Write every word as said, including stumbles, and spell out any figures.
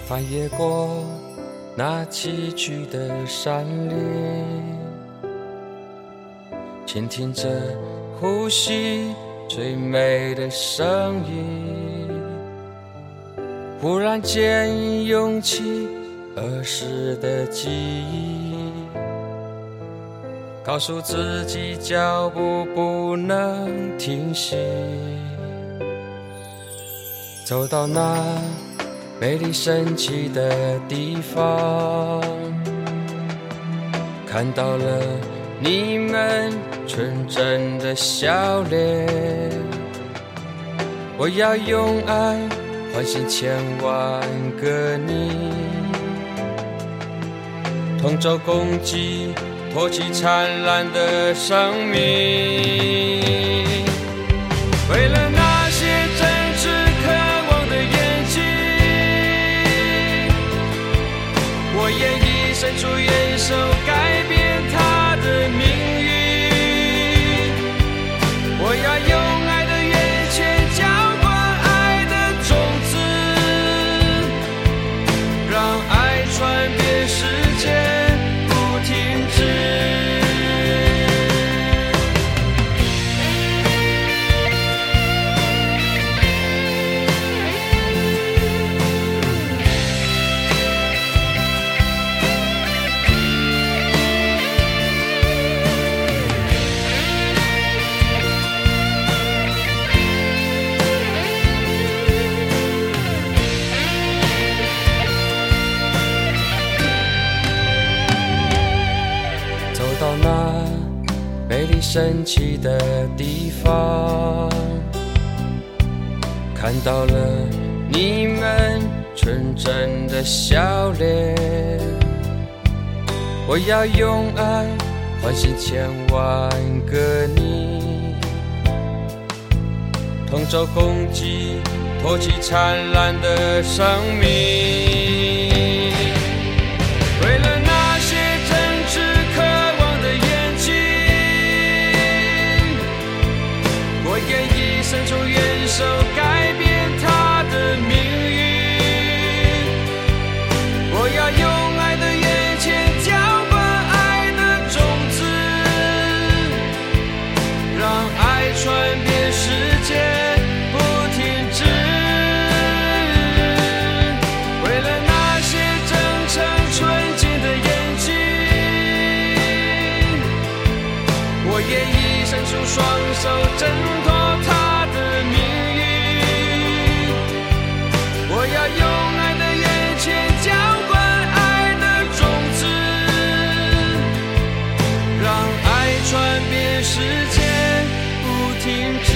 翻越过那崎岖的山岭，倾听着呼吸最美的声音，忽然间涌起儿时的记忆，告诉自己脚步不能停息，走到那美丽神奇的地方，看到了你们纯真的笑脸，我要用爱唤醒千万个你，同舟共济，托起灿烂的生命。为了那些真挚渴望的眼睛，我愿意伸出援手，改变他的命运。我要用爱的源泉浇灌爱的种子，让爱传遍世界不停止。到那美丽神奇的地方，看到了你们纯真的笑脸，我要用爱唤醒千万个你，同舟共济，托起灿烂的生命。为了那些真挚渴望的眼睛，我愿意伸出援手，改变他的命运。我要用爱的源泉浇灌爱的种子，让爱传遍世界不停止。为了那些真诚纯净的眼睛，我愿意伸出双手，挣脱他的命运。我要用爱的源泉浇灌爱的种子，让爱传遍世界不停止。